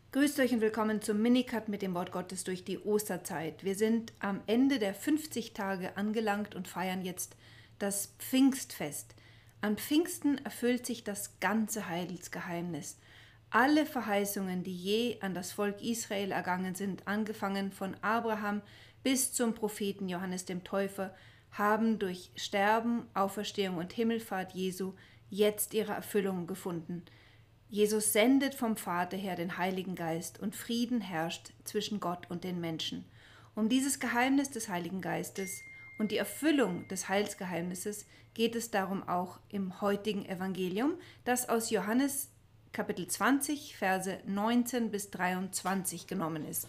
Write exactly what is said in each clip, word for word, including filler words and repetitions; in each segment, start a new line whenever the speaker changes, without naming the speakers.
Grüßt euch und willkommen zum Minicut mit dem Wort Gottes durch die Osterzeit. Wir sind am Ende der fünfzig Tage angelangt und feiern jetzt das Pfingstfest. An Pfingsten erfüllt sich das ganze Heilsgeheimnis. Alle Verheißungen, die je an das Volk Israel ergangen sind, angefangen von Abraham bis zum Propheten Johannes dem Täufer, haben durch Sterben, Auferstehung und Himmelfahrt Jesu jetzt ihre Erfüllung gefunden. Jesus sendet vom Vater her den Heiligen Geist und Frieden herrscht zwischen Gott und den Menschen. Um dieses Geheimnis des Heiligen Geistes und die Erfüllung des Heilsgeheimnisses geht es darum auch im heutigen Evangelium, das aus Johannes Kapitel zwanzig, Verse neunzehn bis dreiundzwanzig genommen ist.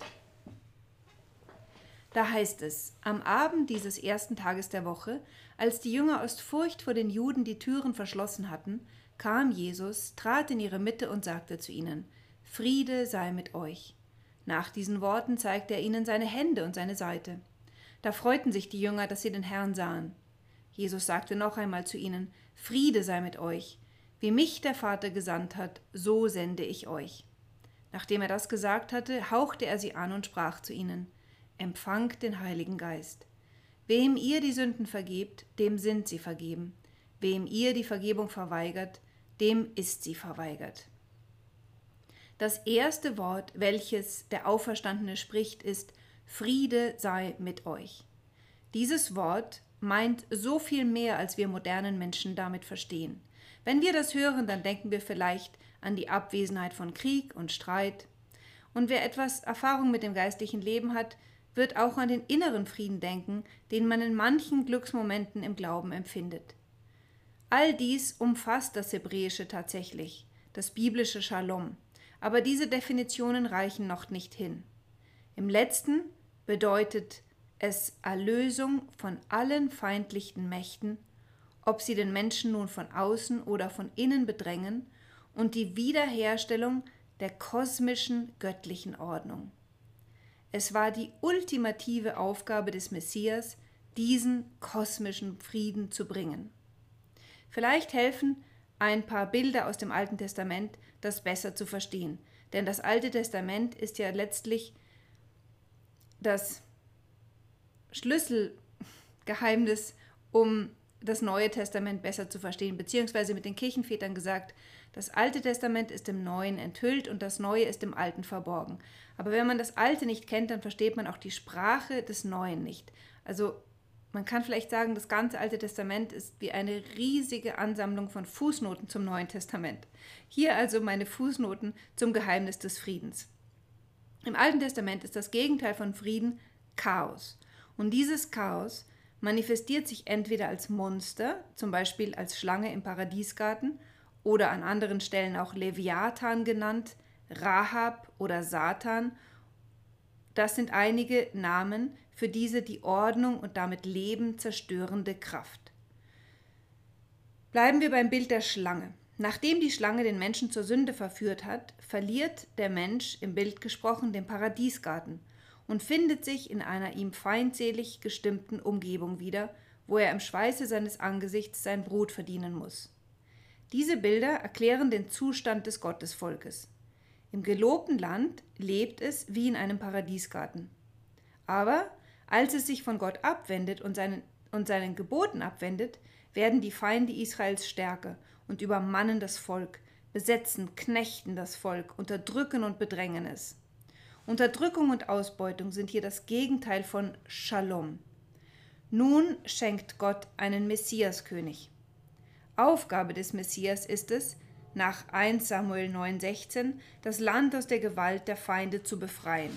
Da heißt es, am Abend dieses ersten Tages der Woche, als die Jünger aus Furcht vor den Juden die Türen verschlossen hatten, kam Jesus, trat in ihre Mitte und sagte zu ihnen, Friede sei mit euch. Nach diesen Worten zeigte er ihnen seine Hände und seine Seite. Da freuten sich die Jünger, dass sie den Herrn sahen. Jesus sagte noch einmal zu ihnen, Friede sei mit euch. Wie mich der Vater gesandt hat, so sende ich euch. Nachdem er das gesagt hatte, hauchte er sie an und sprach zu ihnen, Empfangt den Heiligen Geist. Wem ihr die Sünden vergebt, dem sind sie vergeben. Wem ihr die Vergebung verweigert, dem ist sie verweigert. Das erste Wort, welches der Auferstandene spricht, ist Friede sei mit euch. Dieses Wort meint so viel mehr, als wir modernen Menschen damit verstehen. Wenn wir das hören, dann denken wir vielleicht an die Abwesenheit von Krieg und Streit. Und wer etwas Erfahrung mit dem geistlichen Leben hat, wird auch an den inneren Frieden denken, den man in manchen Glücksmomenten im Glauben empfindet. All dies umfasst das Hebräische tatsächlich, das biblische Shalom, aber diese Definitionen reichen noch nicht hin. Im letzten bedeutet es Erlösung von allen feindlichen Mächten, ob sie den Menschen nun von außen oder von innen bedrängen, und die Wiederherstellung der kosmischen göttlichen Ordnung. Es war die ultimative Aufgabe des Messias, diesen kosmischen Frieden zu bringen. Vielleicht helfen ein paar Bilder aus dem Alten Testament, das besser zu verstehen. Denn das Alte Testament ist ja letztlich das Schlüsselgeheimnis, um das Neue Testament besser zu verstehen. Beziehungsweise mit den Kirchenvätern gesagt, das Alte Testament ist im Neuen enthüllt und das Neue ist im Alten verborgen. Aber wenn man das Alte nicht kennt, dann versteht man auch die Sprache des Neuen nicht. Also man kann vielleicht sagen, das ganze Alte Testament ist wie eine riesige Ansammlung von Fußnoten zum Neuen Testament. Hier also meine Fußnoten zum Geheimnis des Friedens. Im Alten Testament ist das Gegenteil von Frieden Chaos. Und dieses Chaos manifestiert sich entweder als Monster, zum Beispiel als Schlange im Paradiesgarten oder an anderen Stellen auch Leviathan genannt, Rahab oder Satan. Das sind einige Namen für diese die Ordnung und damit Leben zerstörende Kraft. Bleiben wir beim Bild der Schlange. Nachdem die Schlange den Menschen zur Sünde verführt hat, verliert der Mensch, im Bild gesprochen, den Paradiesgarten und findet sich in einer ihm feindselig gestimmten Umgebung wieder, wo er im Schweiße seines Angesichts sein Brot verdienen muss. Diese Bilder erklären den Zustand des Gottesvolkes. Im gelobten Land lebt es wie in einem Paradiesgarten. Aber als es sich von Gott abwendet und seinen, und seinen Geboten abwendet, werden die Feinde Israels stärker und übermannen das Volk, besetzen, knechten das Volk, unterdrücken und bedrängen es. Unterdrückung und Ausbeutung sind hier das Gegenteil von Shalom. Nun schenkt Gott einen Messiaskönig. Aufgabe des Messias ist es, nach erster Samuel neun sechzehn, das Land aus der Gewalt der Feinde zu befreien.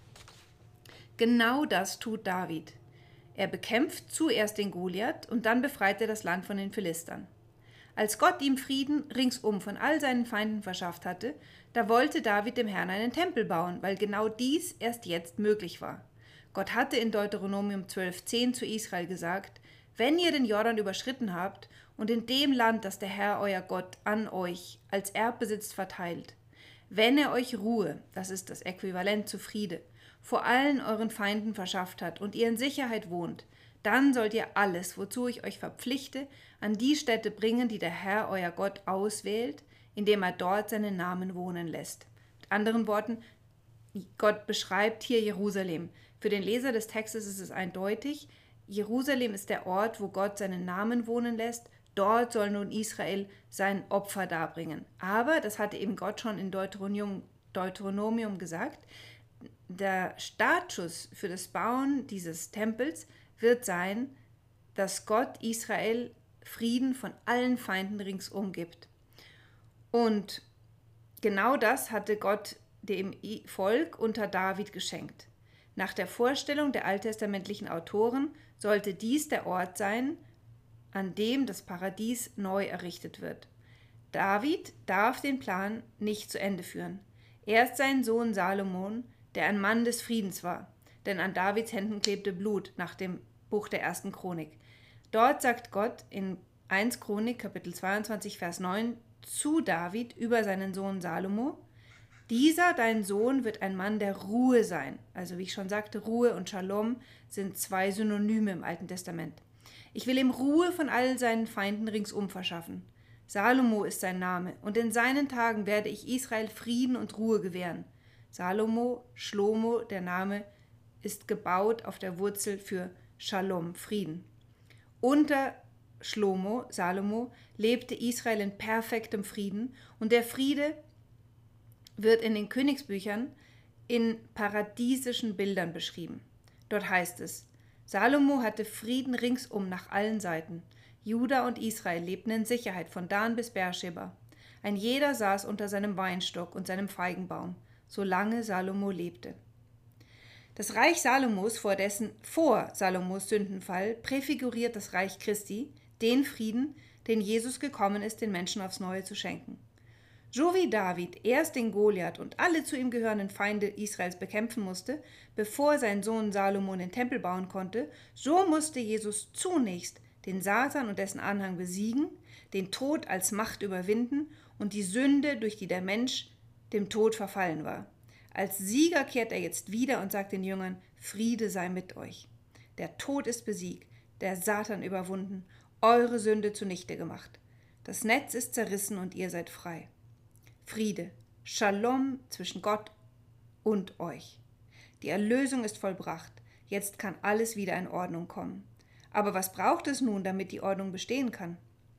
Genau das tut David. Er bekämpft zuerst den Goliath und dann befreit er das Land von den Philistern. Als Gott ihm Frieden ringsum von all seinen Feinden verschafft hatte, da wollte David dem Herrn einen Tempel bauen, weil genau dies erst jetzt möglich war. Gott hatte in Deuteronomium zwölf zehn zu Israel gesagt, wenn ihr den Jordan überschritten habt und in dem Land, das der Herr euer Gott an euch als Erbbesitz verteilt, wenn er euch Ruhe, das ist das Äquivalent zu Friede, vor allen euren Feinden verschafft hat und ihr in Sicherheit wohnt, dann sollt ihr alles, wozu ich euch verpflichte, an die Städte bringen, die der Herr euer Gott auswählt, indem er dort seinen Namen wohnen lässt. anderen Worten, Gott beschreibt hier Jerusalem. Für den Leser des Textes ist es eindeutig, Jerusalem ist der Ort, wo Gott seinen Namen wohnen lässt. Dort soll nun Israel sein Opfer darbringen. Aber, das hatte eben Gott schon in Deuteronomium, Deuteronomium gesagt, der Startschuss für das Bauen dieses Tempels wird sein, dass Gott Israel Frieden von allen Feinden ringsum gibt. Und genau das hatte Gott dem Volk unter David geschenkt. Nach der Vorstellung der alttestamentlichen Autoren sollte dies der Ort sein, an dem das Paradies neu errichtet wird. David darf den Plan nicht zu Ende führen. Erst sein Sohn Salomon, der ein Mann des Friedens war, denn an Davids Händen klebte Blut nach dem Buch der ersten Chronik. Dort sagt Gott in erster Chronik, Kapitel zweiundzwanzig, Vers neun, zu David über seinen Sohn Salomo: Dieser, dein Sohn, wird ein Mann der Ruhe sein. Also wie ich schon sagte, Ruhe und Shalom sind zwei Synonyme im Alten Testament. Ich will ihm Ruhe von all seinen Feinden ringsum verschaffen. Salomo ist sein Name, und in seinen Tagen werde ich Israel Frieden und Ruhe gewähren. Salomo, Shlomo, der Name, ist gebaut auf der Wurzel für Shalom, Frieden. Unter Shlomo, Salomo, lebte Israel in perfektem Frieden, und der Friede wird in den Königsbüchern in paradiesischen Bildern beschrieben. Dort heißt es: Salomo hatte Frieden ringsum nach allen Seiten. Juda und Israel lebten in Sicherheit von Dan bis Beersheba. Ein jeder saß unter seinem Weinstock und seinem Feigenbaum, solange Salomo lebte. Das Reich Salomos vor, dessen, vor Salomos Sündenfall präfiguriert das Reich Christi, den Frieden, den Jesus gekommen ist, den Menschen aufs Neue zu schenken. So wie David erst den Goliath und alle zu ihm gehörenden Feinde Israels bekämpfen musste, bevor sein Sohn Salomon den Tempel bauen konnte, so musste Jesus zunächst den Satan und dessen Anhang besiegen, den Tod als Macht überwinden und die Sünde, durch die der Mensch dem Tod verfallen war. Als Sieger kehrt er jetzt wieder und sagt den Jüngern: Friede sei mit euch. Der Tod ist besiegt, der Satan überwunden, eure Sünde zunichte gemacht. Das Netz ist zerrissen und ihr seid frei. Friede, Shalom zwischen Gott und euch. Die Erlösung ist vollbracht. Jetzt kann alles wieder in Ordnung kommen. Aber was braucht es nun, damit die Ordnung bestehen kann?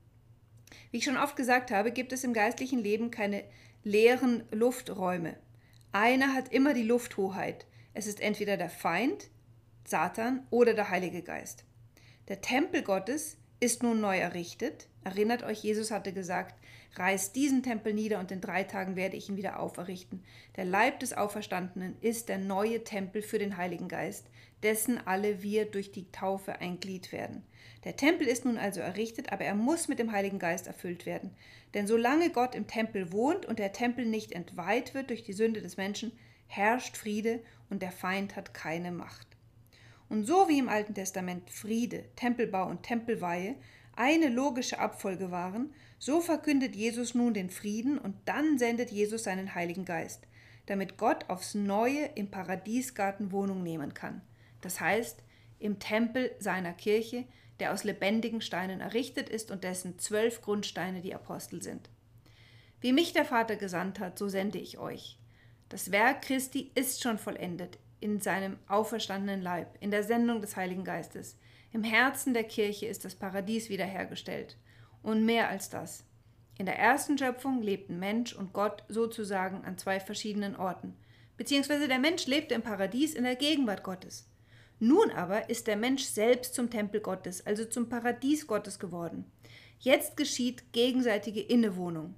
Wie ich schon oft gesagt habe, gibt es im geistlichen Leben keine leeren Lufträume. Einer hat immer die Lufthoheit. Es ist entweder der Feind, Satan, oder der Heilige Geist. Der Tempel Gottes ist nun neu errichtet. Erinnert euch, Jesus hatte gesagt: Reißt diesen Tempel nieder und in drei Tagen werde ich ihn wieder auferrichten. Der Leib des Auferstandenen ist der neue Tempel für den Heiligen Geist, dessen alle wir durch die Taufe ein Glied werden. Der Tempel ist nun also errichtet, aber er muss mit dem Heiligen Geist erfüllt werden. Denn solange Gott im Tempel wohnt und der Tempel nicht entweiht wird durch die Sünde des Menschen, herrscht Friede und der Feind hat keine Macht. Und so wie im Alten Testament Friede, Tempelbau und Tempelweihe eine logische Abfolge waren, so verkündet Jesus nun den Frieden und dann sendet Jesus seinen Heiligen Geist, damit Gott aufs Neue im Paradiesgarten Wohnung nehmen kann. Das heißt, im Tempel seiner Kirche, der aus lebendigen Steinen errichtet ist und dessen zwölf Grundsteine die Apostel sind. Wie mich der Vater gesandt hat, so sende ich euch. Das Werk Christi ist schon vollendet in seinem auferstandenen Leib, in der Sendung des Heiligen Geistes. Im Herzen der Kirche ist das Paradies wiederhergestellt. Und mehr als das. In der ersten Schöpfung lebten Mensch und Gott sozusagen an zwei verschiedenen Orten. Beziehungsweise der Mensch lebte im Paradies in der Gegenwart Gottes. Nun aber ist der Mensch selbst zum Tempel Gottes, also zum Paradies Gottes geworden. Jetzt geschieht gegenseitige Innewohnung.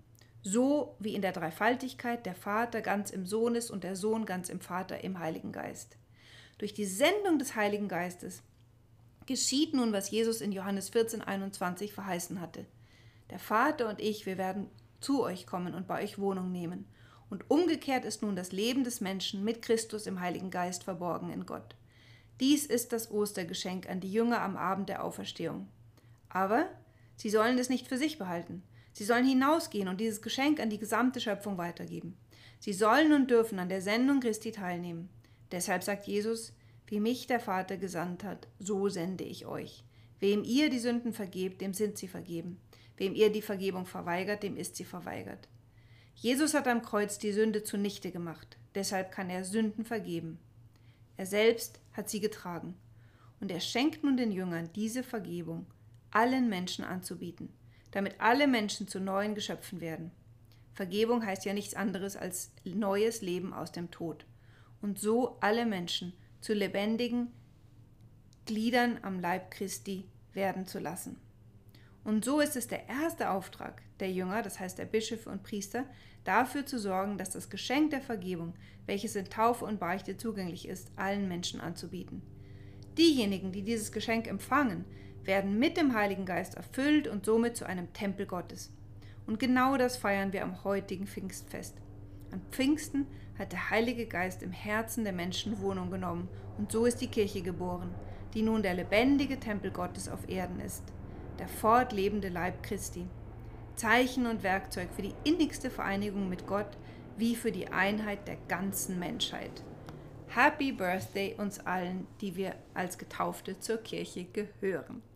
So wie in der Dreifaltigkeit der Vater ganz im Sohn ist und der Sohn ganz im Vater im Heiligen Geist. Durch die Sendung des Heiligen Geistes geschieht nun, was Jesus in Johannes vierzehn, einundzwanzig verheißen hatte. Der Vater und ich, wir werden zu euch kommen und bei euch Wohnung nehmen. Und umgekehrt ist nun das Leben des Menschen mit Christus im Heiligen Geist verborgen in Gott. Dies ist das Ostergeschenk an die Jünger am Abend der Auferstehung. Aber sie sollen es nicht für sich behalten. Sie sollen hinausgehen und dieses Geschenk an die gesamte Schöpfung weitergeben. Sie sollen und dürfen an der Sendung Christi teilnehmen. Deshalb sagt Jesus: Wie mich der Vater gesandt hat, so sende ich euch. Wem ihr die Sünden vergebt, dem sind sie vergeben. Wem ihr die Vergebung verweigert, dem ist sie verweigert. Jesus hat am Kreuz die Sünde zunichte gemacht, deshalb kann er Sünden vergeben. Er selbst hat sie getragen. Und er schenkt nun den Jüngern diese Vergebung, allen Menschen anzubieten, damit alle Menschen zu neuen Geschöpfen werden. Vergebung heißt ja nichts anderes als neues Leben aus dem Tod. Und so alle Menschen zu lebendigen Gliedern am Leib Christi werden zu lassen. Und so ist es der erste Auftrag der Jünger, das heißt der Bischöfe und Priester, dafür zu sorgen, dass das Geschenk der Vergebung, welches in Taufe und Beichte zugänglich ist, allen Menschen anzubieten. Diejenigen, die dieses Geschenk empfangen, werden mit dem Heiligen Geist erfüllt und somit zu einem Tempel Gottes. Und genau das feiern wir am heutigen Pfingstfest. An Pfingsten hat der Heilige Geist im Herzen der Menschen Wohnung genommen und so ist die Kirche geboren, die nun der lebendige Tempel Gottes auf Erden ist, der fortlebende Leib Christi, Zeichen und Werkzeug für die innigste Vereinigung mit Gott wie für die Einheit der ganzen Menschheit. Happy Birthday uns allen, die wir als Getaufte zur Kirche gehören.